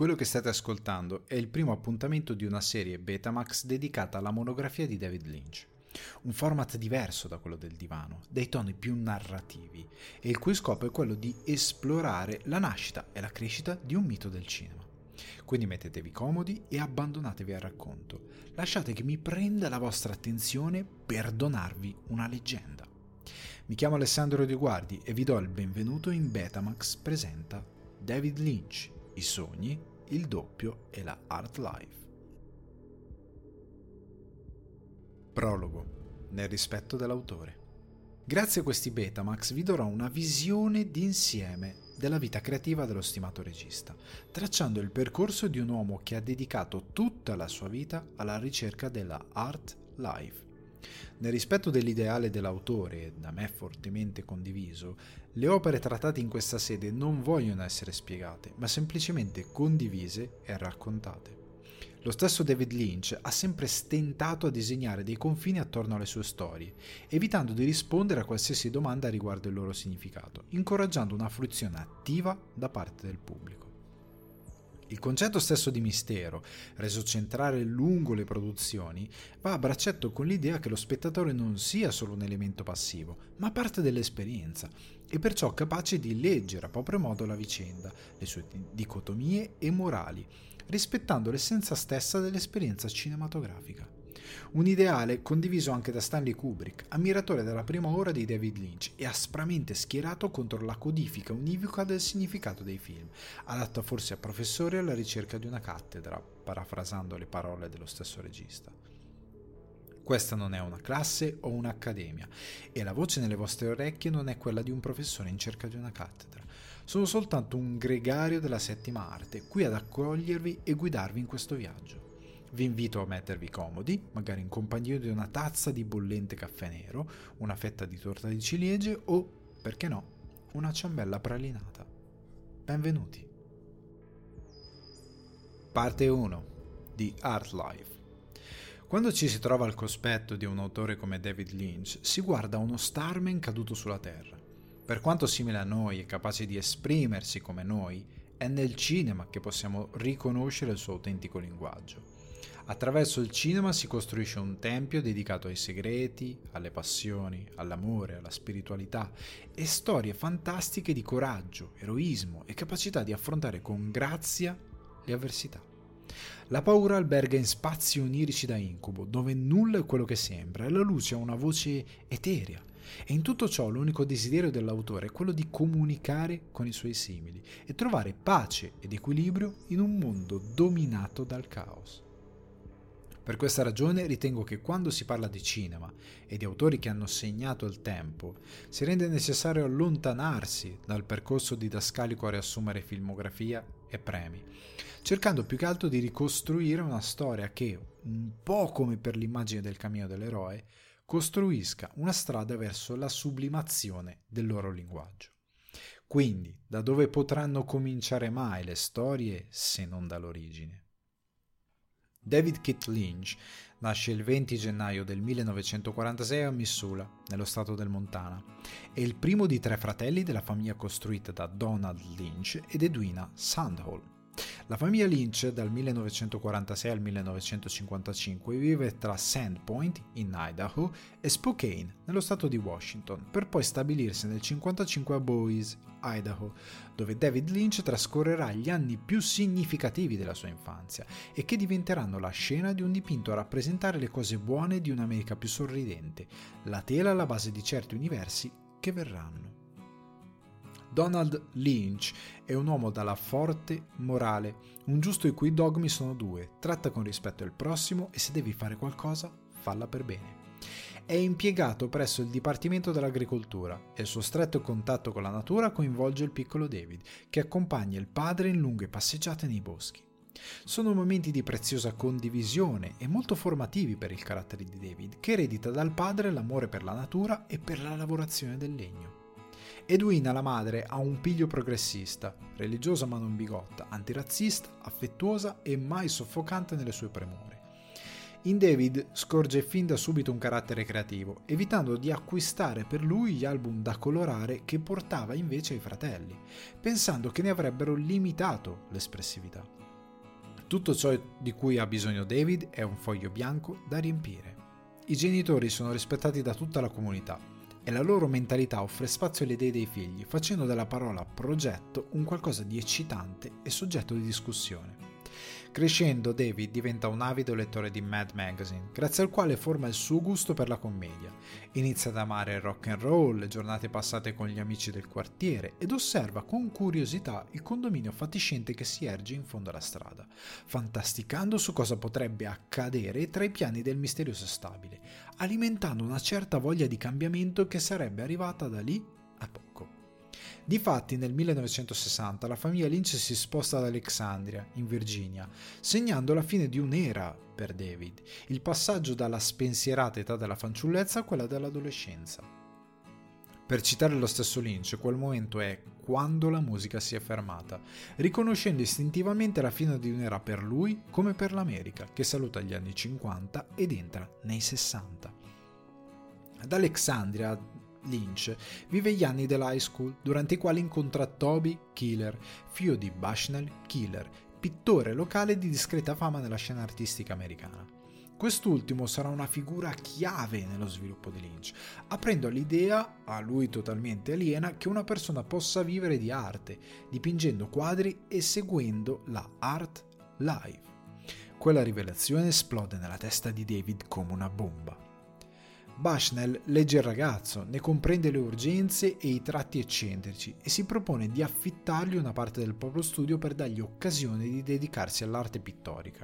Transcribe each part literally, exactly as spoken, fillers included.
Quello che state ascoltando è il primo appuntamento di una serie Betamax dedicata alla monografia di David Lynch. Un format diverso da quello del divano, dai toni più narrativi, e il cui scopo è quello di esplorare la nascita e la crescita di un mito del cinema. Quindi mettetevi comodi e abbandonatevi al racconto. Lasciate che mi prenda la vostra attenzione per donarvi una leggenda. Mi chiamo Alessandro Di Guardi e vi do il benvenuto in Betamax presenta David Lynch, i sogni, il doppio e la art life. Prologo, nel rispetto dell'autore. Grazie a questi Betamax vi darò una visione d'insieme della vita creativa dello stimato regista, tracciando il percorso di un uomo che ha dedicato tutta la sua vita alla ricerca della art life. Nel rispetto dell'ideale dell'autore, da me fortemente condiviso, le opere trattate in questa sede non vogliono essere spiegate, ma semplicemente condivise e raccontate. Lo stesso David Lynch ha sempre stentato a disegnare dei confini attorno alle sue storie, evitando di rispondere a qualsiasi domanda riguardo il loro significato, incoraggiando una fruizione attiva da parte del pubblico. Il concetto stesso di mistero, reso centrale lungo le produzioni, va a braccetto con l'idea che lo spettatore non sia solo un elemento passivo, ma parte dell'esperienza, e perciò capace di leggere a proprio modo la vicenda, le sue dicotomie e morali, rispettando l'essenza stessa dell'esperienza cinematografica. Un ideale condiviso anche da Stanley Kubrick, ammiratore della prima ora di David Lynch e aspramente schierato contro la codifica univoca del significato dei film, adatto forse a professore alla ricerca di una cattedra, parafrasando le parole dello stesso regista. Questa non è una classe o un'accademia, e la voce nelle vostre orecchie non è quella di un professore in cerca di una cattedra. Sono soltanto un gregario della settima arte, qui ad accogliervi e guidarvi in questo viaggio. Vi invito a mettervi comodi, magari in compagnia di una tazza di bollente caffè nero, una fetta di torta di ciliegie o, perché no, una ciambella pralinata. Benvenuti. Parte uno di Art Life. Quando ci si trova al cospetto di un autore come David Lynch, si guarda uno starman caduto sulla terra. Per quanto simile a noi e capace di esprimersi come noi, è nel cinema che possiamo riconoscere il suo autentico linguaggio. Attraverso il cinema si costruisce un tempio dedicato ai segreti, alle passioni, all'amore, alla spiritualità e storie fantastiche di coraggio, eroismo e capacità di affrontare con grazia le avversità. La paura alberga in spazi onirici da incubo, dove nulla è quello che sembra e la luce ha una voce eterea. E in tutto ciò l'unico desiderio dell'autore è quello di comunicare con i suoi simili e trovare pace ed equilibrio in un mondo dominato dal caos. Per questa ragione ritengo che quando si parla di cinema e di autori che hanno segnato il tempo, si rende necessario allontanarsi dal percorso didascalico a riassumere filmografia e premi, cercando più che altro di ricostruire una storia che, un po' come per l'immagine del cammino dell'eroe, costruisca una strada verso la sublimazione del loro linguaggio. Quindi, da dove potranno cominciare mai le storie se non dall'origine? David Keith Lynch nasce il venti gennaio del millenovecentoquarantasei a Missoula, nello stato del Montana. È il primo di tre fratelli della famiglia costruita da Donald Lynch ed Edwina Sandhall. La famiglia Lynch dal millenovecentoquarantasei al millenovecentocinquantacinque vive tra Sandpoint, in Idaho, e Spokane, nello stato di Washington, per poi stabilirsi nel cinquantacinque a Boise, Idaho, dove David Lynch trascorrerà gli anni più significativi della sua infanzia e che diventeranno la scena di un dipinto a rappresentare le cose buone di un'America più sorridente, la tela alla base di certi universi che verranno. Donald Lynch è un uomo dalla forte morale, un giusto i cui dogmi sono due: tratta con rispetto il prossimo e se devi fare qualcosa, falla per bene. È impiegato presso il Dipartimento dell'Agricoltura e il suo stretto contatto con la natura coinvolge il piccolo David, che accompagna il padre in lunghe passeggiate nei boschi. Sono momenti di preziosa condivisione e molto formativi per il carattere di David, che eredita dal padre l'amore per la natura e per la lavorazione del legno. Edwina, la madre, ha un piglio progressista, religiosa ma non bigotta, antirazzista, affettuosa e mai soffocante nelle sue premure. In David scorge fin da subito un carattere creativo, evitando di acquistare per lui gli album da colorare che portava invece ai fratelli, pensando che ne avrebbero limitato l'espressività. Tutto ciò di cui ha bisogno David è un foglio bianco da riempire. I genitori sono rispettati da tutta la comunità e la loro mentalità offre spazio alle idee dei figli, facendo della parola progetto un qualcosa di eccitante e soggetto di discussione. Crescendo, David diventa un avido lettore di Mad Magazine, grazie al quale forma il suo gusto per la commedia. Inizia ad amare il rock and roll, le giornate passate con gli amici del quartiere ed osserva con curiosità il condominio fatiscente che si erge in fondo alla strada, fantasticando su cosa potrebbe accadere tra i piani del misterioso stabile, alimentando una certa voglia di cambiamento che sarebbe arrivata da lì a poco. Difatti nel millenovecentosessanta la famiglia Lynch si sposta ad Alexandria, in Virginia, segnando la fine di un'era per David, il passaggio dalla spensierata età della fanciullezza a quella dell'adolescenza. Per citare lo stesso Lynch, quel momento è quando la musica si è fermata, riconoscendo istintivamente la fine di un'era per lui come per l'America, che saluta gli anni cinquanta ed entra nei sessanta. Ad Alexandria Lynch vive gli anni dell'high school, durante i quali incontra Toby Keeler, figlio di Bushnell Keeler, pittore locale di discreta fama nella scena artistica americana. Quest'ultimo sarà una figura chiave nello sviluppo di Lynch, aprendo all'idea, a lui totalmente aliena, che una persona possa vivere di arte, dipingendo quadri e seguendo la art live. Quella rivelazione esplode nella testa di David come una bomba. Bushnell legge il ragazzo, ne comprende le urgenze e i tratti eccentrici e si propone di affittargli una parte del proprio studio per dargli occasione di dedicarsi all'arte pittorica.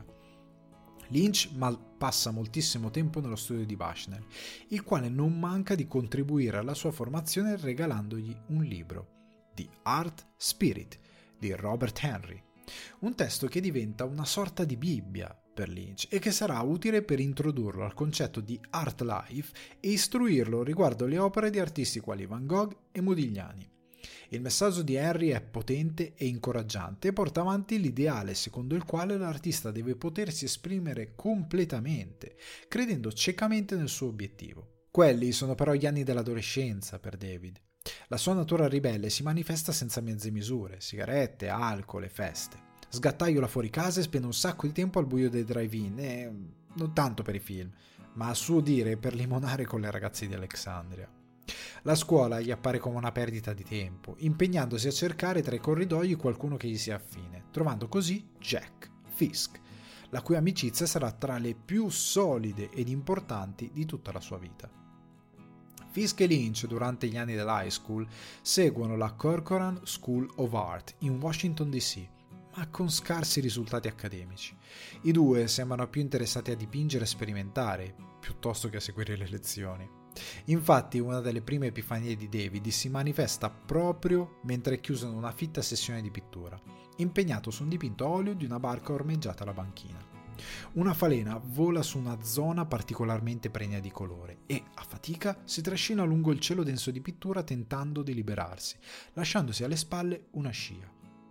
Lynch mal- passa moltissimo tempo nello studio di Bushnell, il quale non manca di contribuire alla sua formazione regalandogli un libro, The Art Spirit, di Robert Henry, un testo che diventa una sorta di Bibbia per Lynch e che sarà utile per introdurlo al concetto di art life e istruirlo riguardo le opere di artisti quali Van Gogh e Modigliani. Il messaggio di Henry è potente e incoraggiante e porta avanti l'ideale secondo il quale l'artista deve potersi esprimere completamente, credendo ciecamente nel suo obiettivo. Quelli sono però gli anni dell'adolescenza per David. La sua natura ribelle si manifesta senza mezze misure, sigarette, alcol e feste. Sgattaiola fuori casa e spende un sacco di tempo al buio dei drive-in e non tanto per i film, ma a suo dire per limonare con le ragazze di Alexandria. La scuola gli appare come una perdita di tempo, impegnandosi a cercare tra i corridoi qualcuno che gli sia affine, trovando così Jack Fisk, la cui amicizia sarà tra le più solide ed importanti di tutta la sua vita. Fisk e Lynch durante gli anni dell'high school seguono la Corcoran School of Art in Washington D C, ma con scarsi risultati accademici. I due sembrano più interessati a dipingere e sperimentare, piuttosto che a seguire le lezioni. Infatti, una delle prime epifanie di David si manifesta proprio mentre è chiuso in una fitta sessione di pittura, impegnato su un dipinto a olio di una barca ormeggiata alla banchina. Una falena vola su una zona particolarmente pregna di colore e, a fatica, si trascina lungo il cielo denso di pittura tentando di liberarsi, lasciandosi alle spalle una scia.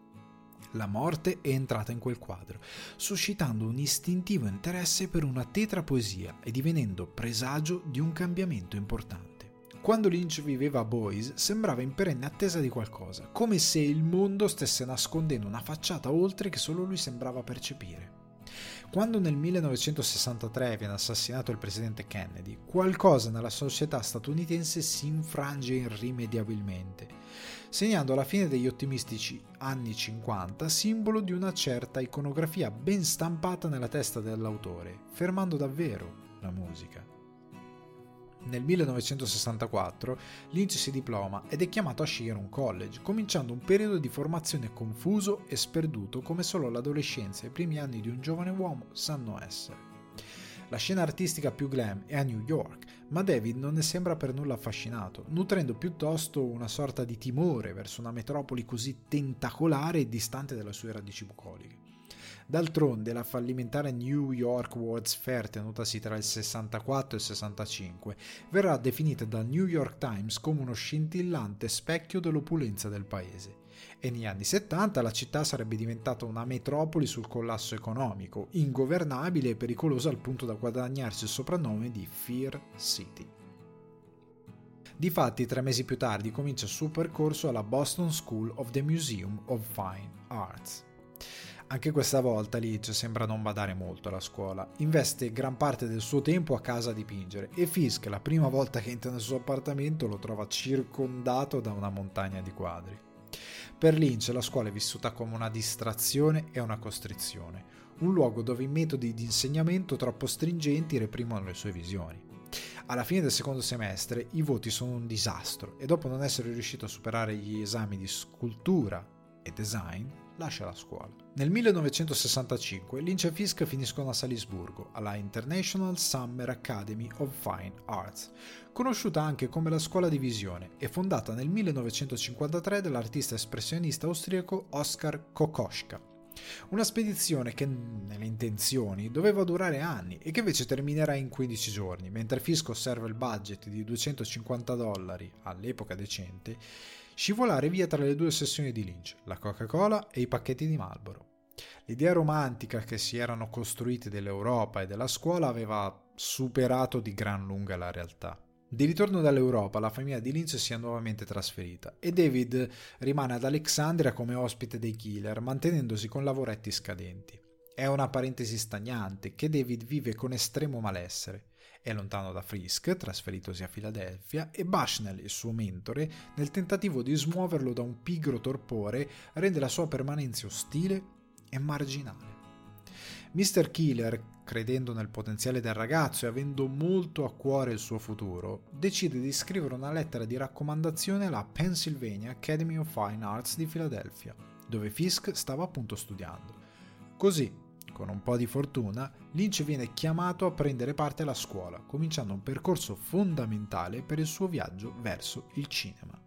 La morte è entrata in quel quadro, suscitando un istintivo interesse per una tetra poesia e divenendo presagio di un cambiamento importante. Quando Lynch viveva a Boise sembrava in perenne attesa di qualcosa, come se il mondo stesse nascondendo una facciata oltre che solo lui sembrava percepire. Quando nel millenovecentosessantatré viene assassinato il presidente Kennedy, qualcosa nella società statunitense si infrange irrimediabilmente, segnando la fine degli ottimistici anni cinquanta, simbolo di una certa iconografia ben stampata nella testa dell'autore, fermando davvero la musica. Nel millenovecentosessantaquattro Lynch si diploma ed è chiamato a scegliere un college, cominciando un periodo di formazione confuso e sperduto come solo l'adolescenza e i primi anni di un giovane uomo sanno essere. La scena artistica più glam è a New York, ma David non ne sembra per nulla affascinato, nutrendo piuttosto una sorta di timore verso una metropoli così tentacolare e distante dalle sue radici bucoliche. D'altronde la fallimentare New York World's Fair, tenutasi tra il sessantaquattro e il sessantacinque, verrà definita dal New York Times come uno scintillante specchio dell'opulenza del paese. E negli anni settanta la città sarebbe diventata una metropoli sul collasso economico, ingovernabile e pericolosa al punto da guadagnarsi il soprannome di Fear City. Difatti, tre mesi più tardi comincia il suo percorso alla Boston School of the Museum of Fine Arts. Anche questa volta Lynch sembra non badare molto alla scuola, investe gran parte del suo tempo a casa a dipingere e Fisk, la prima volta che entra nel suo appartamento, lo trova circondato da una montagna di quadri. Per Lynch la scuola è vissuta come una distrazione e una costrizione, un luogo dove i metodi di insegnamento troppo stringenti reprimono le sue visioni. Alla fine del secondo semestre i voti sono un disastro e dopo non essere riuscito a superare gli esami di scultura e design lascia la scuola. Nel millenovecentosessantacinque Lynch e Fisk finiscono a Salisburgo, alla International Summer Academy of Fine Arts, conosciuta anche come la Scuola di Visione e fondata nel millenovecentocinquantatré dall'artista espressionista austriaco Oskar Kokoschka. Una spedizione che, nelle intenzioni, doveva durare anni e che invece terminerà in quindici giorni, mentre Fisk osserva il budget di duecentocinquanta dollari, all'epoca decente, scivolare via tra le due sessioni di Lynch, la Coca-Cola e i pacchetti di Marlboro. L'idea romantica che si erano costruiti dell'Europa e della scuola aveva superato di gran lunga la realtà. Di ritorno dall'Europa, la famiglia di Lynch si è nuovamente trasferita e David rimane ad Alexandria come ospite dei Killer, mantenendosi con lavoretti scadenti. È una parentesi stagnante che David vive con estremo malessere. È lontano da Fisk, trasferitosi a Filadelfia, e Bushnell, il suo mentore, nel tentativo di smuoverlo da un pigro torpore, rende la sua permanenza ostile e marginale. mister Killer, credendo nel potenziale del ragazzo e avendo molto a cuore il suo futuro, decide di scrivere una lettera di raccomandazione alla Pennsylvania Academy of Fine Arts di Filadelfia, dove Fisk stava appunto studiando. Così, con un po' di fortuna, Lynch viene chiamato a prendere parte alla scuola, cominciando un percorso fondamentale per il suo viaggio verso il cinema.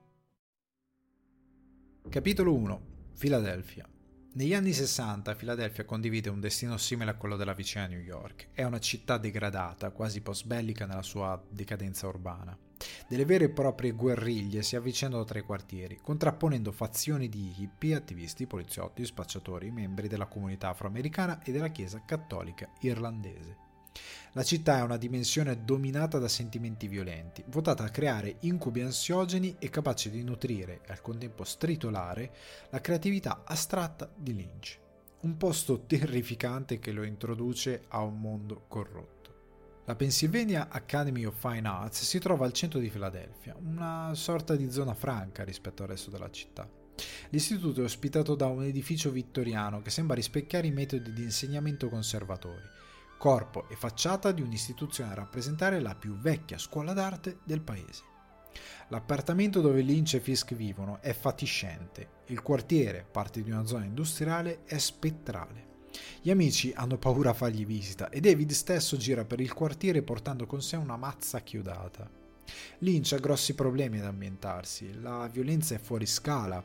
Capitolo uno. Filadelfia. Negli anni sessanta Filadelfia condivide un destino simile a quello della vicina New York. È una città degradata, quasi post-bellica nella sua decadenza urbana. Delle vere e proprie guerriglie si avvicendano tra i quartieri, contrapponendo fazioni di hippie, attivisti, poliziotti, spacciatori, membri della comunità afroamericana e della Chiesa cattolica irlandese. La città è una dimensione dominata da sentimenti violenti, votata a creare incubi ansiogeni e capace di nutrire e al contempo stritolare la creatività astratta di Lynch. Un posto terrificante che lo introduce a un mondo corrotto. La Pennsylvania Academy of Fine Arts si trova al centro di Filadelfia, una sorta di zona franca rispetto al resto della città. L'istituto è ospitato da un edificio vittoriano che sembra rispecchiare i metodi di insegnamento conservatori, corpo e facciata di un'istituzione a rappresentare la più vecchia scuola d'arte del paese. L'appartamento dove Lynch e Fisk vivono è fatiscente, il quartiere, parte di una zona industriale, è spettrale. Gli amici hanno paura a fargli visita e David stesso gira per il quartiere portando con sé una mazza chiodata. Lynch ha grossi problemi ad ambientarsi, la violenza è fuori scala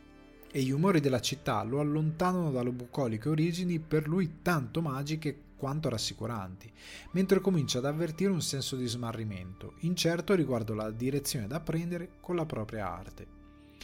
e gli umori della città lo allontanano dalle bucoliche origini per lui tanto magiche quanto rassicuranti, mentre comincia ad avvertire un senso di smarrimento, incerto riguardo la direzione da prendere con la propria arte.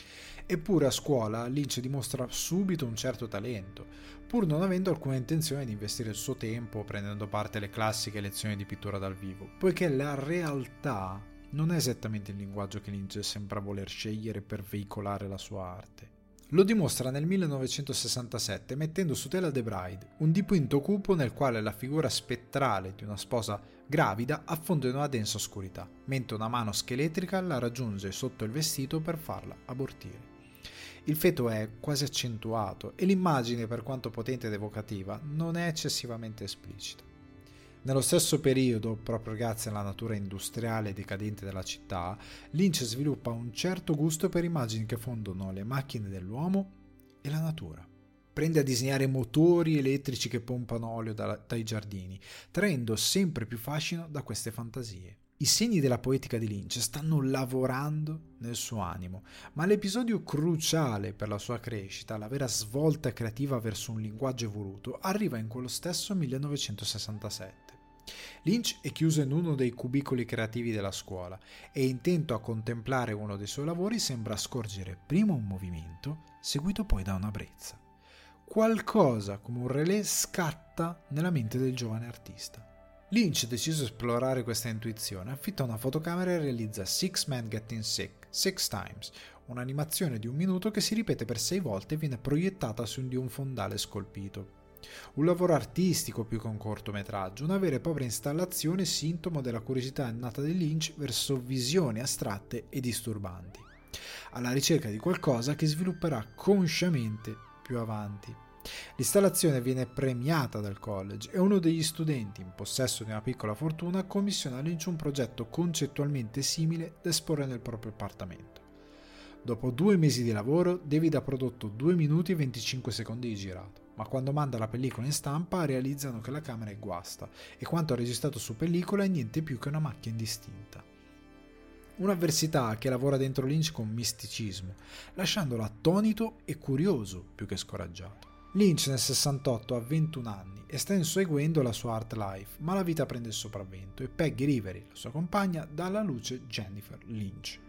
Eppure a scuola Lynch dimostra subito un certo talento, pur non avendo alcuna intenzione di investire il suo tempo prendendo parte alle classiche lezioni di pittura dal vivo, poiché la realtà non è esattamente il linguaggio che Lynch sembra voler scegliere per veicolare la sua arte. Lo dimostra nel millenovecentosessantasette mettendo su tela The Bride, un dipinto cupo nel quale la figura spettrale di una sposa gravida affonda in una densa oscurità, mentre una mano scheletrica la raggiunge sotto il vestito per farla abortire. Il feto è quasi accentuato e l'immagine, per quanto potente ed evocativa, non è eccessivamente esplicita. Nello stesso periodo, proprio grazie alla natura industriale e decadente della città, Lynch sviluppa un certo gusto per immagini che fondono le macchine dell'uomo e la natura. Prende a disegnare motori elettrici che pompano olio da, dai giardini, traendo sempre più fascino da queste fantasie. I segni della poetica di Lynch stanno lavorando nel suo animo, ma l'episodio cruciale per la sua crescita, la vera svolta creativa verso un linguaggio evoluto, arriva in quello stesso millenovecentosessantasette. Lynch è chiuso in uno dei cubicoli creativi della scuola e, intento a contemplare uno dei suoi lavori, sembra scorgere prima un movimento, seguito poi da una brezza. Qualcosa come un relè scatta nella mente del giovane artista. Lynch, deciso a esplorare questa intuizione, affitta una fotocamera e realizza Six Men Getting Sick, Six Times, un'animazione di un minuto che si ripete per sei volte e viene proiettata su di un fondale scolpito. Un lavoro artistico più che un cortometraggio, una vera e propria installazione sintomo della curiosità innata di Lynch verso visioni astratte e disturbanti, alla ricerca di qualcosa che svilupperà consciamente più avanti. L'installazione viene premiata dal college e uno degli studenti, in possesso di una piccola fortuna, commissiona a Lynch un progetto concettualmente simile da esporre nel proprio appartamento. Dopo due mesi di lavoro, David ha prodotto due minuti e venticinque secondi di girato, ma quando manda la pellicola in stampa realizzano che la camera è guasta e quanto ha registrato su pellicola è niente più che una macchia indistinta. Un'avversità che lavora dentro Lynch con misticismo, lasciandolo attonito e curioso più che scoraggiato. Lynch nel sessantotto ha ventuno anni e sta inseguendo la sua art life, ma la vita prende il sopravvento e Peggy Riveri, la sua compagna, dà alla luce Jennifer Lynch.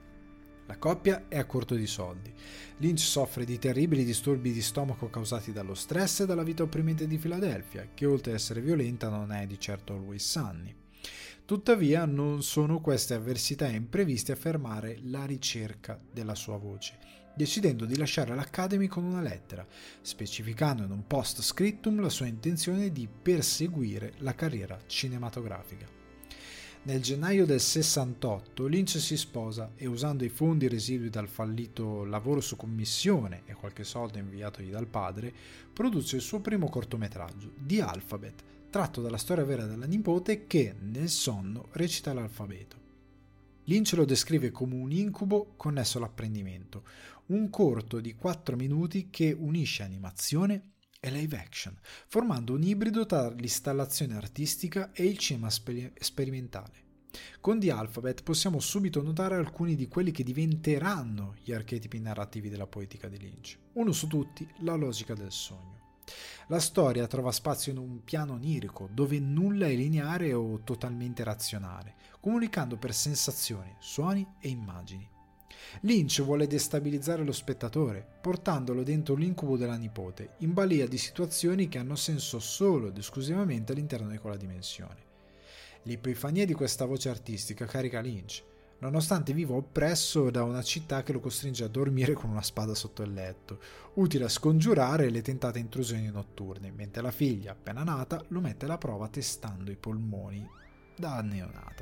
La coppia è a corto di soldi. Lynch soffre di terribili disturbi di stomaco causati dallo stress e dalla vita opprimente di Filadelfia, che oltre ad essere violenta non è di certo always sunny. Tuttavia non sono queste avversità e imprevisti a fermare la ricerca della sua voce, decidendo di lasciare l'Academy con una lettera, specificando in un post scriptum la sua intenzione di perseguire la carriera cinematografica. Nel gennaio del sessantotto Lynch si sposa e, usando i fondi residui dal fallito lavoro su commissione e qualche soldo inviatogli dal padre, produce il suo primo cortometraggio, The Alphabet, tratto dalla storia vera della nipote che, nel sonno, recita l'alfabeto. Lynch lo descrive come un incubo connesso all'apprendimento, un corto di quattro minuti che unisce animazione e live action, formando un ibrido tra l'installazione artistica e il cinema sper- sperimentale. Con The Alphabet possiamo subito notare alcuni di quelli che diventeranno gli archetipi narrativi della poetica di Lynch. Uno su tutti, la logica del sogno. La storia trova spazio in un piano onirico, dove nulla è lineare o totalmente razionale, comunicando per sensazioni, suoni e immagini. Lynch vuole destabilizzare lo spettatore, portandolo dentro l'incubo della nipote, in balia di situazioni che hanno senso solo ed esclusivamente all'interno di quella dimensione. L'epifania di questa voce artistica carica Lynch, nonostante viva oppresso da una città che lo costringe a dormire con una spada sotto il letto, utile a scongiurare le tentate intrusioni notturne, mentre la figlia, appena nata, lo mette alla prova testando i polmoni da neonata.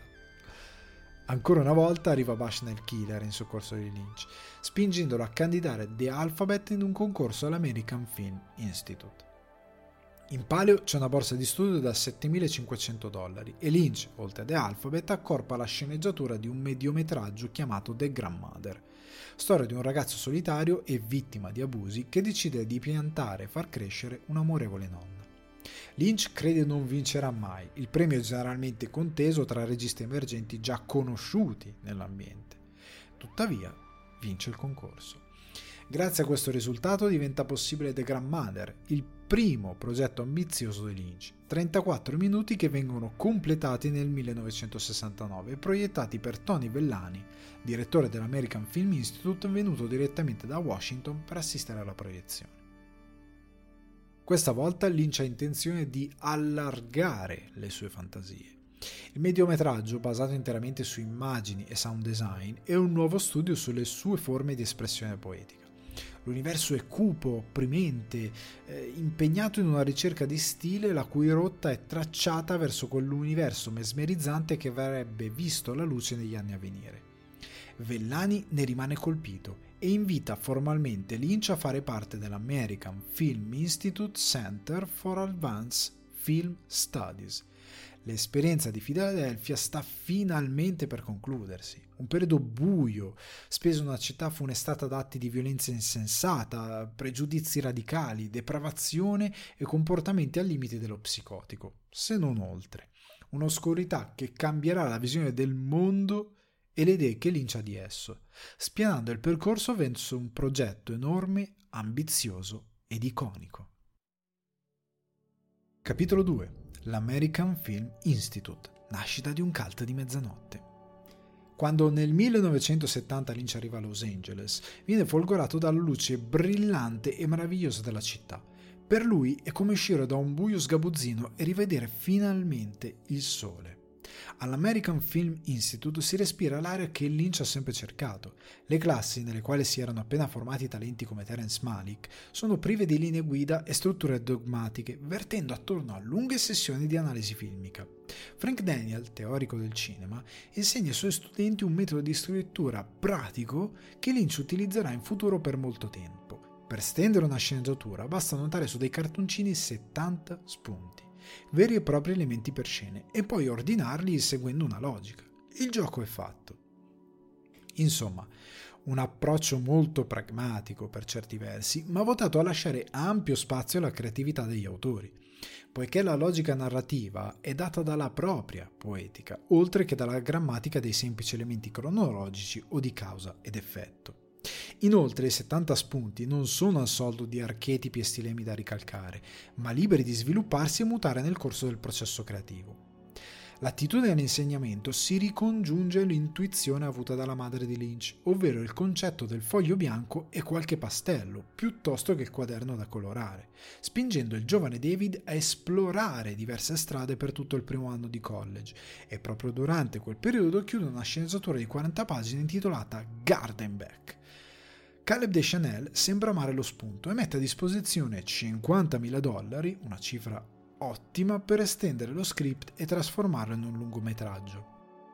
Ancora una volta arriva Bushnell Killer in soccorso di Lynch, spingendolo a candidare The Alphabet in un concorso all'American Film Institute. In palio c'è una borsa di studio da settemilacinquecento dollari e Lynch, oltre a The Alphabet, accorpa la sceneggiatura di un mediometraggio chiamato The Grandmother, storia di un ragazzo solitario e vittima di abusi che decide di piantare e far crescere un'amorevole nonna. Lynch crede non vincerà mai, il premio è generalmente conteso tra registi emergenti già conosciuti nell'ambiente. Tuttavia, vince il concorso. Grazie a questo risultato diventa possibile The Grandmother, il primo progetto ambizioso di Lynch, trentaquattro minuti che vengono completati nel millenovecentosessantanove e proiettati per Tony Vellani, direttore dell'American Film Institute venuto direttamente da Washington per assistere alla proiezione. Questa volta Lynch ha intenzione di allargare le sue fantasie. Il mediometraggio, basato interamente su immagini e sound design, è un nuovo studio sulle sue forme di espressione poetica. L'universo è cupo, opprimente, eh, impegnato in una ricerca di stile la cui rotta è tracciata verso quell'universo mesmerizzante che avrebbe visto la luce negli anni a venire. Vellani ne rimane colpito e invita formalmente Lynch a fare parte dell'American Film Institute Center for Advanced Film Studies. L'esperienza di Filadelfia sta finalmente per concludersi. Un periodo buio, speso in una città funestata da atti di violenza insensata, pregiudizi radicali, depravazione e comportamenti al limite dello psicotico, se non oltre. Un'oscurità che cambierà la visione del mondo e le idee che Lynch ha di esso, spianando il percorso verso un progetto enorme, ambizioso ed iconico. Capitolo due. L'American Film Institute, nascita di un cult di mezzanotte. Quando nel millenovecentosettanta Lynch arriva a Los Angeles, viene folgorato dalla luce brillante e meravigliosa della città. Per lui è come uscire da un buio sgabuzzino e rivedere finalmente il sole. All'American Film Institute si respira l'aria che Lynch ha sempre cercato. Le classi, nelle quali si erano appena formati talenti come Terrence Malick, sono prive di linee guida e strutture dogmatiche, vertendo attorno a lunghe sessioni di analisi filmica. Frank Daniel, teorico del cinema, insegna ai suoi studenti un metodo di scrittura pratico che Lynch utilizzerà in futuro per molto tempo. Per stendere una sceneggiatura basta notare su dei cartoncini settanta spunti, veri e propri elementi per scene, e poi ordinarli seguendo una logica. Il gioco è fatto. Insomma, un approccio molto pragmatico per certi versi, ma votato a lasciare ampio spazio alla creatività degli autori, poiché la logica narrativa è data dalla propria poetica, oltre che dalla grammatica dei semplici elementi cronologici o di causa ed effetto. Inoltre i settanta spunti non sono al soldo di archetipi e stilemi da ricalcare, ma liberi di svilupparsi e mutare nel corso del processo creativo. L'attitudine all'insegnamento si ricongiunge all'intuizione avuta dalla madre di Lynch, ovvero il concetto del foglio bianco e qualche pastello, piuttosto che il quaderno da colorare, spingendo il giovane David a esplorare diverse strade per tutto il primo anno di college, e proprio durante quel periodo chiude una sceneggiatura di quaranta pagine intitolata Gardenback. Caleb Deschanel sembra amare lo spunto e mette a disposizione cinquantamila dollari, una cifra ottima, per estendere lo script e trasformarlo in un lungometraggio.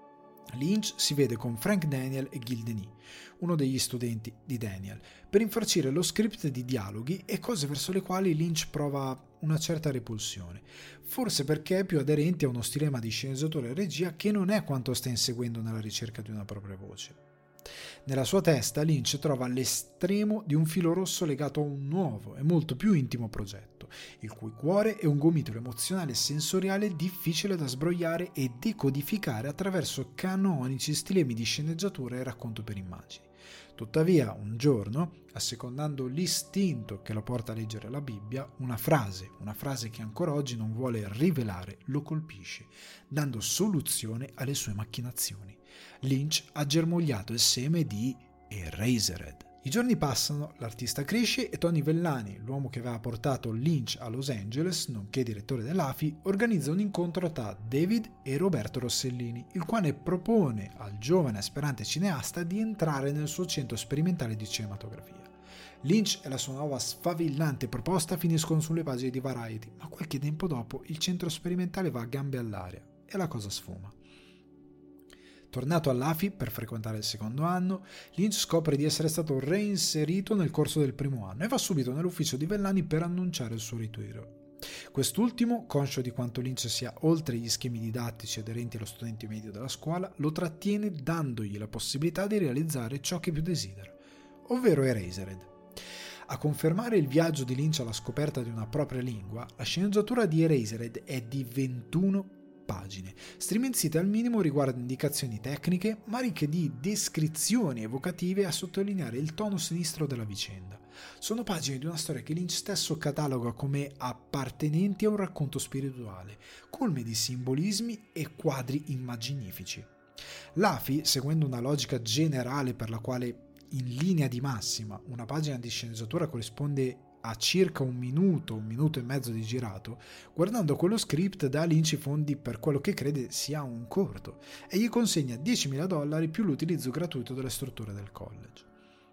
Lynch si vede con Frank Daniel e Gil Denis, uno degli studenti di Daniel, per infarcire lo script di dialoghi e cose verso le quali Lynch prova una certa repulsione, forse perché è più aderente a uno stilema di sceneggiatura e regia che non è quanto sta inseguendo nella ricerca di una propria voce. Nella sua testa Lynch trova l'estremo di un filo rosso legato a un nuovo e molto più intimo progetto, il cui cuore è un gomitolo emozionale e sensoriale difficile da sbrogliare e decodificare attraverso canonici stilemi di sceneggiatura e racconto per immagini. Tuttavia, un giorno, assecondando l'istinto che lo porta a leggere la Bibbia, una frase, una frase che ancora oggi non vuole rivelare, lo colpisce, dando soluzione alle sue macchinazioni. Lynch ha germogliato il seme di Eraserhead. I giorni passano, l'artista cresce e Tony Vellani, l'uomo che aveva portato Lynch a Los Angeles, nonché direttore dell'A F I, organizza un incontro tra David e Roberto Rossellini, il quale propone al giovane aspirante cineasta di entrare nel suo centro sperimentale di cinematografia. Lynch e la sua nuova sfavillante proposta finiscono sulle pagine di Variety, ma qualche tempo dopo il centro sperimentale va a gambe all'aria e la cosa sfuma. Tornato all'A F I per frequentare il secondo anno, Lynch scopre di essere stato reinserito nel corso del primo anno e va subito nell'ufficio di Vellani per annunciare il suo ritiro. Quest'ultimo, conscio di quanto Lynch sia oltre gli schemi didattici aderenti allo studente medio della scuola, lo trattiene dandogli la possibilità di realizzare ciò che più desidera, ovvero Eraserhead. A confermare il viaggio di Lynch alla scoperta di una propria lingua, la sceneggiatura di Eraserhead è di ventuno pagine, striminzite al minimo riguardo indicazioni tecniche, ma ricche di descrizioni evocative a sottolineare il tono sinistro della vicenda. Sono pagine di una storia che Lynch stesso cataloga come appartenenti a un racconto spirituale, colme di simbolismi e quadri immaginifici. L'A F I, seguendo una logica generale per la quale in linea di massima una pagina di sceneggiatura corrisponde a circa un minuto, un minuto e mezzo di girato, guardando quello script dà a Lynch i fondi per quello che crede sia un corto e gli consegna diecimila dollari più l'utilizzo gratuito delle strutture del college.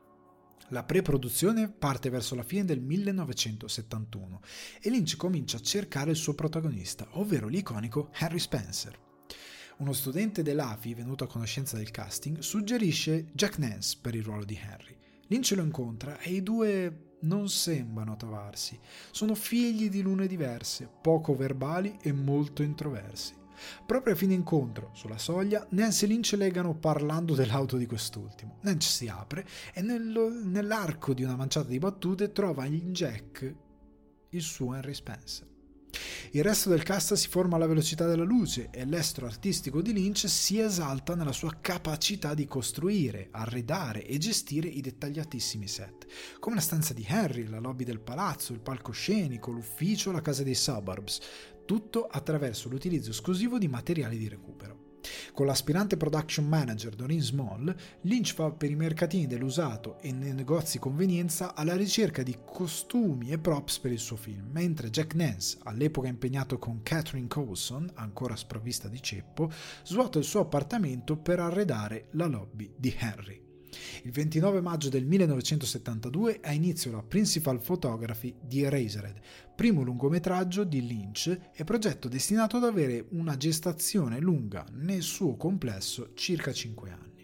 La pre-produzione parte verso la fine del millenovecentosettantuno e Lynch comincia a cercare il suo protagonista, ovvero l'iconico Harry Spencer. Uno studente dell'A F I, venuto a conoscenza del casting, suggerisce Jack Nance per il ruolo di Harry. Lynch lo incontra e i due non sembrano trovarsi. Sono figli di lune diverse, poco verbali e molto introversi. Proprio a fine incontro, sulla soglia, Nance e Lynch legano parlando dell'auto di quest'ultimo. Nance si apre e nello, nell'arco di una manciata di battute trova in Jack il suo Henry Spencer. Il resto del cast si forma alla velocità della luce e l'estro artistico di Lynch si esalta nella sua capacità di costruire, arredare e gestire i dettagliatissimi set, come la stanza di Harry, la lobby del palazzo, il palcoscenico, l'ufficio, la casa dei suburbs, tutto attraverso l'utilizzo esclusivo di materiali di recupero. Con l'aspirante production manager Doreen Small, Lynch va per i mercatini dell'usato e nei negozi convenienza alla ricerca di costumi e props per il suo film, mentre Jack Nance, all'epoca impegnato con Catherine Coulson, ancora sprovvista di ceppo, svuota il suo appartamento per arredare la lobby di Henry. Il ventinove maggio del millenovecentosettantadue ha inizio la Principal Photography di Eraserhead, primo lungometraggio di Lynch e progetto destinato ad avere una gestazione lunga nel suo complesso circa cinque anni.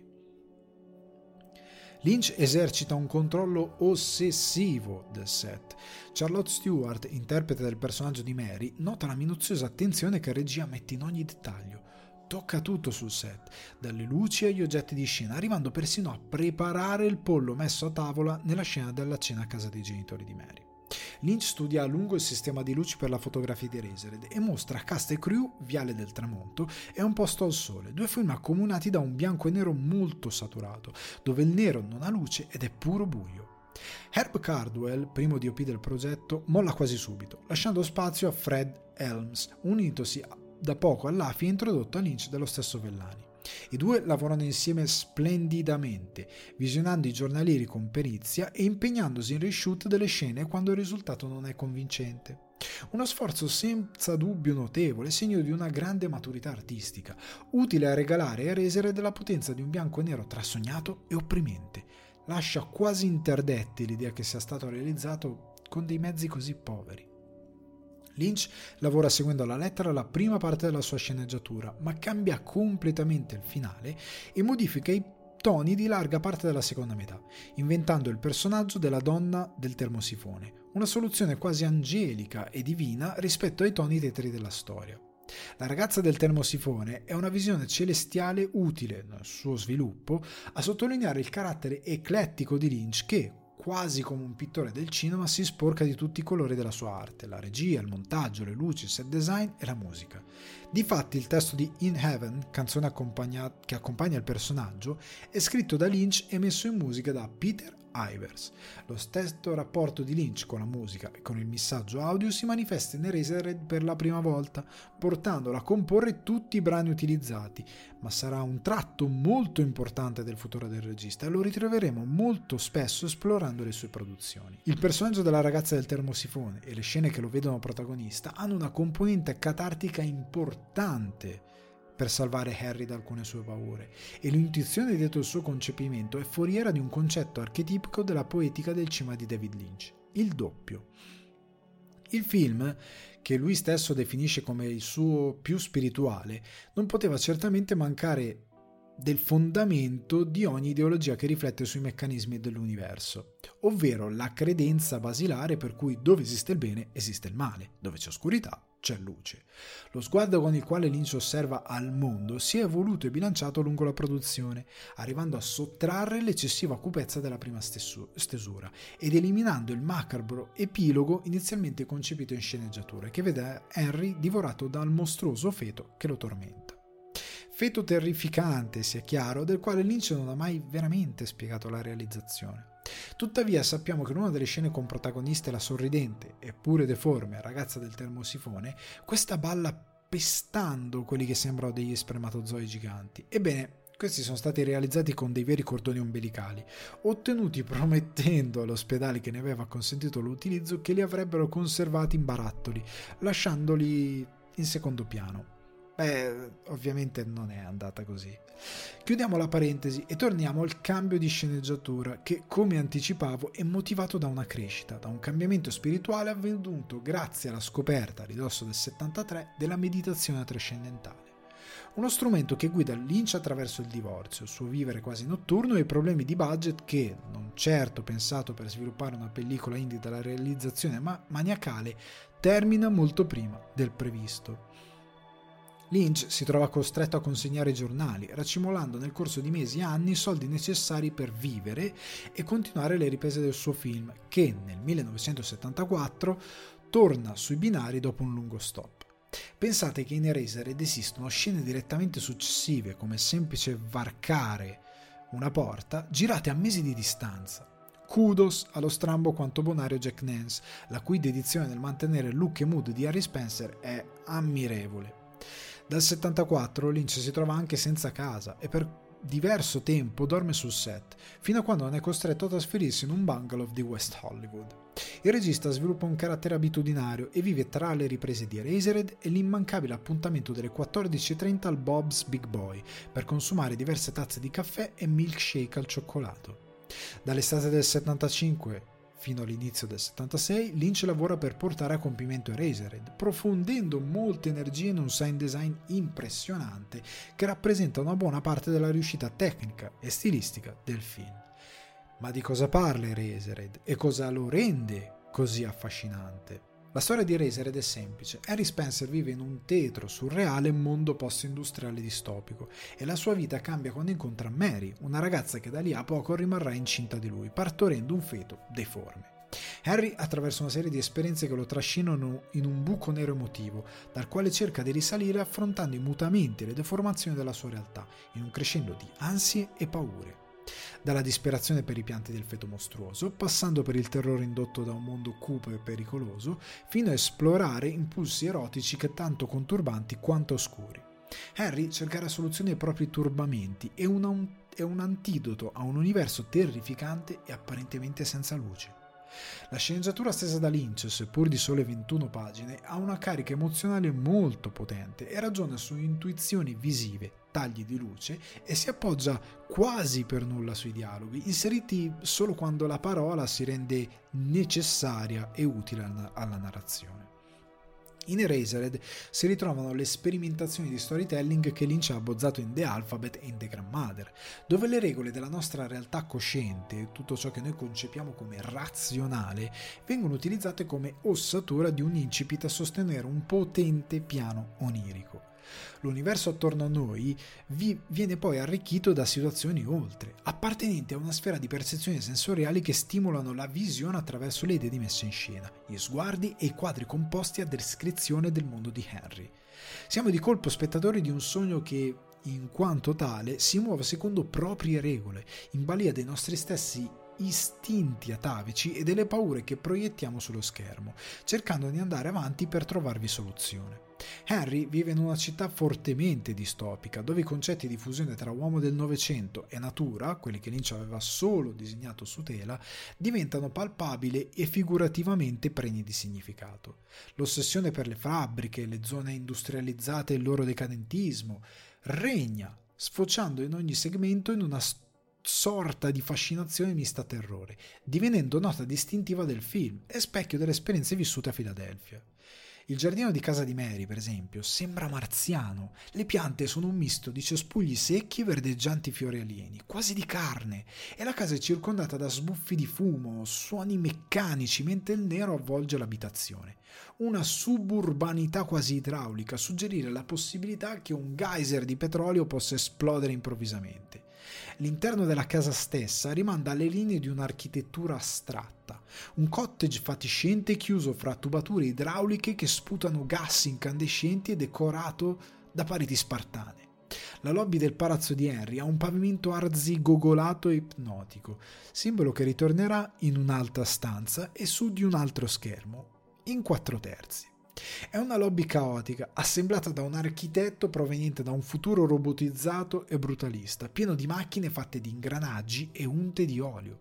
Lynch esercita un controllo ossessivo del set. Charlotte Stewart, interprete del personaggio di Mary, nota la minuziosa attenzione che regia mette in ogni dettaglio. Tocca tutto sul set, dalle luci agli oggetti di scena, arrivando persino a preparare il pollo messo a tavola nella scena della cena a casa dei genitori di Mary. Lynch studia a lungo il sistema di luci per la fotografia di Eraserhead e mostra Cast e Crew, Viale del Tramonto e Un posto al sole, due film accomunati da un bianco e nero molto saturato, dove il nero non ha luce ed è puro buio. Herb Cardwell, primo D O P del progetto, molla quasi subito, lasciando spazio a Fred Helms, unitosi da poco all'A F I e introdotto a Lynch dallo stesso Vellani. I due lavorano insieme splendidamente, visionando i giornalieri con perizia e impegnandosi in reshoot delle scene quando il risultato non è convincente. Uno sforzo senza dubbio notevole, segno di una grande maturità artistica, utile a regalare a Eraserhead la potenza di un bianco e nero trasognato e opprimente. Lascia quasi interdetti l'idea che sia stato realizzato con dei mezzi così poveri. Lynch lavora seguendo alla lettera la prima parte della sua sceneggiatura, ma cambia completamente il finale e modifica i toni di larga parte della seconda metà, inventando il personaggio della donna del termosifone, una soluzione quasi angelica e divina rispetto ai toni tetri della storia. La ragazza del termosifone è una visione celestiale utile, nel suo sviluppo, a sottolineare il carattere eclettico di Lynch che, quasi come un pittore del cinema, si sporca di tutti i colori della sua arte, la regia, il montaggio, le luci, il set design e la musica. Difatti il testo di In Heaven, canzone accompagna- che accompagna il personaggio, è scritto da Lynch e messo in musica da Peter Ivers. Lo stesso rapporto di Lynch con la musica e con il missaggio audio si manifesta in Eraserhead per la prima volta, portandolo a comporre tutti i brani utilizzati, ma sarà un tratto molto importante del futuro del regista e lo ritroveremo molto spesso esplorando le sue produzioni. Il personaggio della ragazza del termosifone e le scene che lo vedono protagonista hanno una componente catartica importante per salvare Harry da alcune sue paure, e l'intuizione dietro il suo concepimento è foriera di un concetto archetipico della poetica del cinema di David Lynch, il doppio. Il film, che lui stesso definisce come il suo più spirituale, non poteva certamente mancare del fondamento di ogni ideologia che riflette sui meccanismi dell'universo, ovvero la credenza basilare per cui dove esiste il bene esiste il male, dove c'è oscurità c'è luce. Lo sguardo con il quale Lynch osserva al mondo si è evoluto e bilanciato lungo la produzione, arrivando a sottrarre l'eccessiva cupezza della prima stesu- stesura ed eliminando il macabro epilogo inizialmente concepito in sceneggiatura, che vede Henry divorato dal mostruoso feto che lo tormenta. Feto terrificante, sia chiaro, del quale Lynch non ha mai veramente spiegato la realizzazione. Tuttavia sappiamo che in una delle scene con protagonista la sorridente, eppure deforme, ragazza del termosifone, questa balla pestando quelli che sembrano degli spermatozoi giganti. Ebbene, questi sono stati realizzati con dei veri cordoni ombelicali, ottenuti promettendo all'ospedale che ne aveva consentito l'utilizzo che li avrebbero conservati in barattoli, lasciandoli in secondo piano. Beh, ovviamente non è andata così. Chiudiamo la parentesi e torniamo al cambio di sceneggiatura che, come anticipavo, è motivato da una crescita, da un cambiamento spirituale avvenuto grazie alla scoperta, a ridosso del settantatré, della meditazione trascendentale. Uno strumento che guida Lynch attraverso il divorzio, il suo vivere quasi notturno e i problemi di budget che, non certo pensato per sviluppare una pellicola indie dalla realizzazione ma maniacale, termina molto prima del previsto. Lynch si trova costretto a consegnare i giornali, racimolando nel corso di mesi e anni i soldi necessari per vivere e continuare le riprese del suo film, che nel millenovecentosettantaquattro torna sui binari dopo un lungo stop. Pensate che in Eraserhead esistono scene direttamente successive, come semplice varcare una porta, girate a mesi di distanza. Kudos allo strambo quanto bonario Jack Nance, la cui dedizione nel mantenere look e mood di Harry Spencer è ammirevole. Dal settantaquattro Lynch si trova anche senza casa e per diverso tempo dorme sul set, fino a quando non è costretto a trasferirsi in un bungalow di West Hollywood. Il regista sviluppa un carattere abitudinario e vive tra le riprese di Eraserhead e l'immancabile appuntamento delle quattordici e trenta al Bob's Big Boy per consumare diverse tazze di caffè e milkshake al cioccolato. Dall'estate del settantacinque fino all'inizio del settantasei, Lynch lavora per portare a compimento Eraserhead, profondendo molte energie in un sound design impressionante che rappresenta una buona parte della riuscita tecnica e stilistica del film. Ma di cosa parla Eraserhead e cosa lo rende così affascinante? La storia di Eraserhead è semplice. Harry Spencer vive in un tetro, surreale mondo post-industriale distopico e la sua vita cambia quando incontra Mary, una ragazza che da lì a poco rimarrà incinta di lui, partorendo un feto deforme. Harry attraversa una serie di esperienze che lo trascinano in un buco nero emotivo, dal quale cerca di risalire affrontando i mutamenti e le deformazioni della sua realtà, in un crescendo di ansie e paure. Dalla disperazione per i pianti del feto mostruoso, passando per il terrore indotto da un mondo cupo e pericoloso, fino a esplorare impulsi erotici che tanto conturbanti quanto oscuri. Harry cercherà soluzioni ai propri turbamenti e un, è un antidoto a un universo terrificante e apparentemente senza luce. La sceneggiatura stesa da Lynch, seppur di sole ventuno pagine, ha una carica emozionale molto potente e ragiona su intuizioni visive, tagli di luce e si appoggia quasi per nulla sui dialoghi, inseriti solo quando la parola si rende necessaria e utile alla narrazione. In Eraserhead si ritrovano le sperimentazioni di storytelling che Lynch ha abbozzato in The Alphabet e in The Grandmother, dove le regole della nostra realtà cosciente, tutto ciò che noi concepiamo come razionale, vengono utilizzate come ossatura di un incipit a sostenere un potente piano onirico. L'universo attorno a noi vi viene poi arricchito da situazioni oltre, appartenenti a una sfera di percezioni sensoriali che stimolano la visione attraverso le idee di messa in scena, gli sguardi e i quadri composti a descrizione del mondo di Henry. Siamo di colpo spettatori di un sogno che, in quanto tale, si muove secondo proprie regole, in balia dei nostri stessi istinti atavici e delle paure che proiettiamo sullo schermo, cercando di andare avanti per trovarvi soluzione. Henry vive in una città fortemente distopica, dove i concetti di fusione tra uomo del Novecento e natura, quelli che Lynch aveva solo disegnato su tela, diventano palpabili e figurativamente pregni di significato. L'ossessione per le fabbriche, le zone industrializzate e il loro decadentismo regna, sfociando in ogni segmento in una storia sorta di fascinazione mista a terrore, divenendo nota distintiva del film e specchio delle esperienze vissute a Filadelfia. Il giardino di casa di Mary, per esempio, sembra marziano. Le piante sono un misto di cespugli secchi e verdeggianti fiori alieni, quasi di carne, e la casa è circondata da sbuffi di fumo, suoni meccanici, mentre il nero avvolge l'abitazione. Una suburbanità quasi idraulica a suggerire la possibilità che un geyser di petrolio possa esplodere improvvisamente. L'interno della casa stessa rimanda alle linee di un'architettura astratta, un cottage fatiscente chiuso fra tubature idrauliche che sputano gas incandescenti e decorato da pareti spartane. La lobby del palazzo di Henry ha un pavimento arzigogolato e ipnotico, simbolo che ritornerà in un'altra stanza e su di un altro schermo, in quattro terzi. È una lobby caotica, assemblata da un architetto proveniente da un futuro robotizzato e brutalista, pieno di macchine fatte di ingranaggi e unte di olio.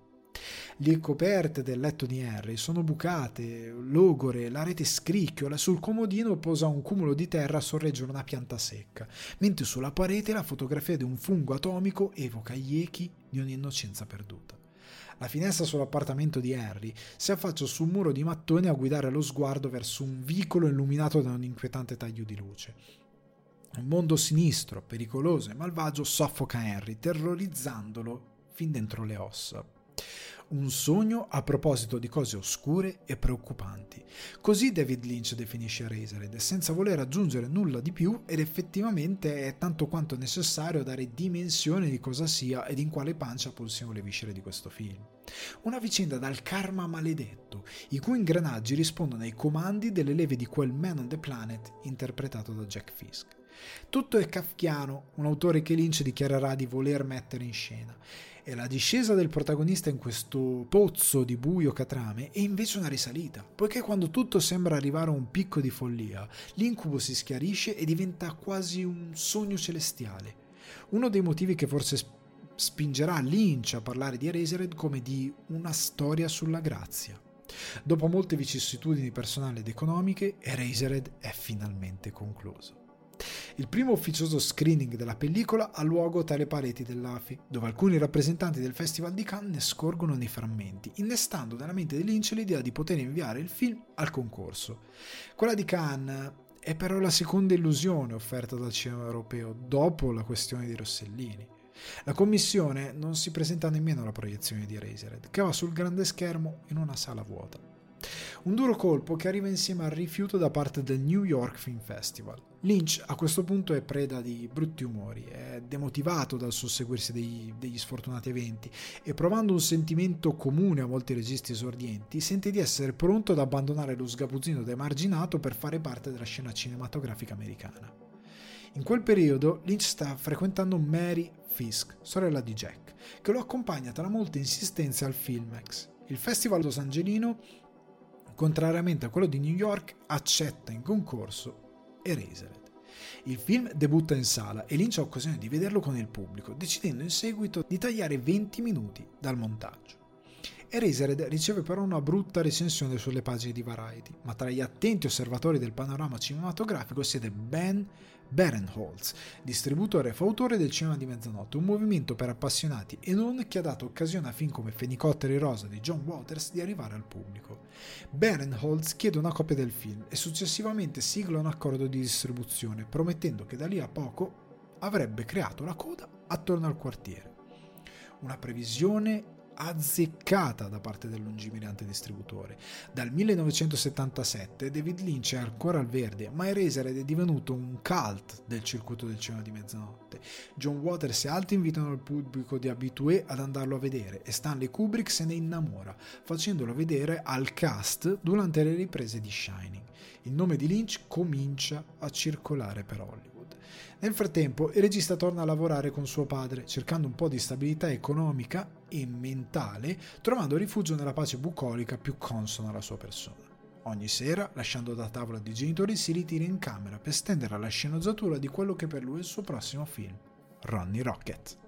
Le coperte del letto di Henry sono bucate, logore, la rete scricchiola, sul comodino posa un cumulo di terra a sorreggere una pianta secca, mentre sulla parete la fotografia di un fungo atomico evoca gli echi di un'innocenza perduta. La finestra sull'appartamento di Henry si affaccia su un muro di mattoni a guidare lo sguardo verso un vicolo illuminato da un inquietante taglio di luce. Un mondo sinistro, pericoloso e malvagio soffoca Henry, terrorizzandolo fin dentro le ossa. Un sogno a proposito di cose oscure e preoccupanti. Così David Lynch definisce Eraserhead, senza voler aggiungere nulla di più, ed effettivamente è tanto quanto necessario dare dimensione di cosa sia ed in quale pancia pulsino le viscere di questo film. Una vicenda dal karma maledetto, i cui ingranaggi rispondono ai comandi delle leve di quel Man on the Planet interpretato da Jack Fisk. Tutto è kafkiano, un autore che Lynch dichiarerà di voler mettere in scena, E la discesa del protagonista in questo pozzo di buio catrame è invece una risalita, poiché quando tutto sembra arrivare a un picco di follia, l'incubo si schiarisce e diventa quasi un sogno celestiale. Uno dei motivi che forse spingerà Lynch a parlare di Eraserhead come di una storia sulla grazia. Dopo molte vicissitudini personali ed economiche, Eraserhead è finalmente concluso. Il primo ufficioso screening della pellicola ha luogo tra le pareti dell'A F I, dove alcuni rappresentanti del Festival di Cannes ne scorgono nei frammenti, innestando nella mente di Lynch l'idea di poter inviare il film al concorso. Quella di Cannes è però la seconda illusione offerta dal cinema europeo dopo la questione di Rossellini. La commissione non si presenta nemmeno alla proiezione di Eraserhead, che va sul grande schermo in una sala vuota. Un duro colpo che arriva insieme al rifiuto da parte del New York Film Festival. Lynch a questo punto è preda di brutti umori, è demotivato dal susseguirsi dei, degli sfortunati eventi e, provando un sentimento comune a molti registi esordienti, sente di essere pronto ad abbandonare lo sgabuzzino demarginato per fare parte della scena cinematografica americana. In quel periodo Lynch sta frequentando Mary Fisk, sorella di Jack, che lo accompagna tra molte insistenze al Filmex. Il Festival Los Angelino, contrariamente a quello di New York, accetta in concorso Eraserhead. Il film debutta in sala e Lynch ha occasione di vederlo con il pubblico, decidendo in seguito di tagliare venti minuti dal montaggio. Eraserhead riceve però una brutta recensione sulle pagine di Variety, ma tra gli attenti osservatori del panorama cinematografico siede Ben Barenholtz, distributore e fautore del Cinema di Mezzanotte, un movimento per appassionati e non che ha dato occasione a film come Fenicotteri Rosa di John Waters di arrivare al pubblico. Barenholtz chiede una copia del film e successivamente sigla un accordo di distribuzione, promettendo che da lì a poco avrebbe creato la coda attorno al quartiere. Una previsione azzeccata da parte del lungimirante distributore. Dal millenovecentosettantasette David Lynch è ancora al verde, ma Eraserhead è divenuto un cult del circuito del cinema di mezzanotte. John Waters e altri invitano il pubblico di habitué ad andarlo a vedere e Stanley Kubrick se ne innamora, facendolo vedere al cast durante le riprese di Shining. Il nome di Lynch comincia a circolare per Hollywood. Nel frattempo il regista torna a lavorare con suo padre, cercando un po' di stabilità economica e mentale, trovando rifugio nella pace bucolica più consona alla sua persona. Ogni sera, lasciando da tavola dei genitori, si ritira in camera per stendere la sceneggiatura di quello che per lui è il suo prossimo film, Ronnie Rocket.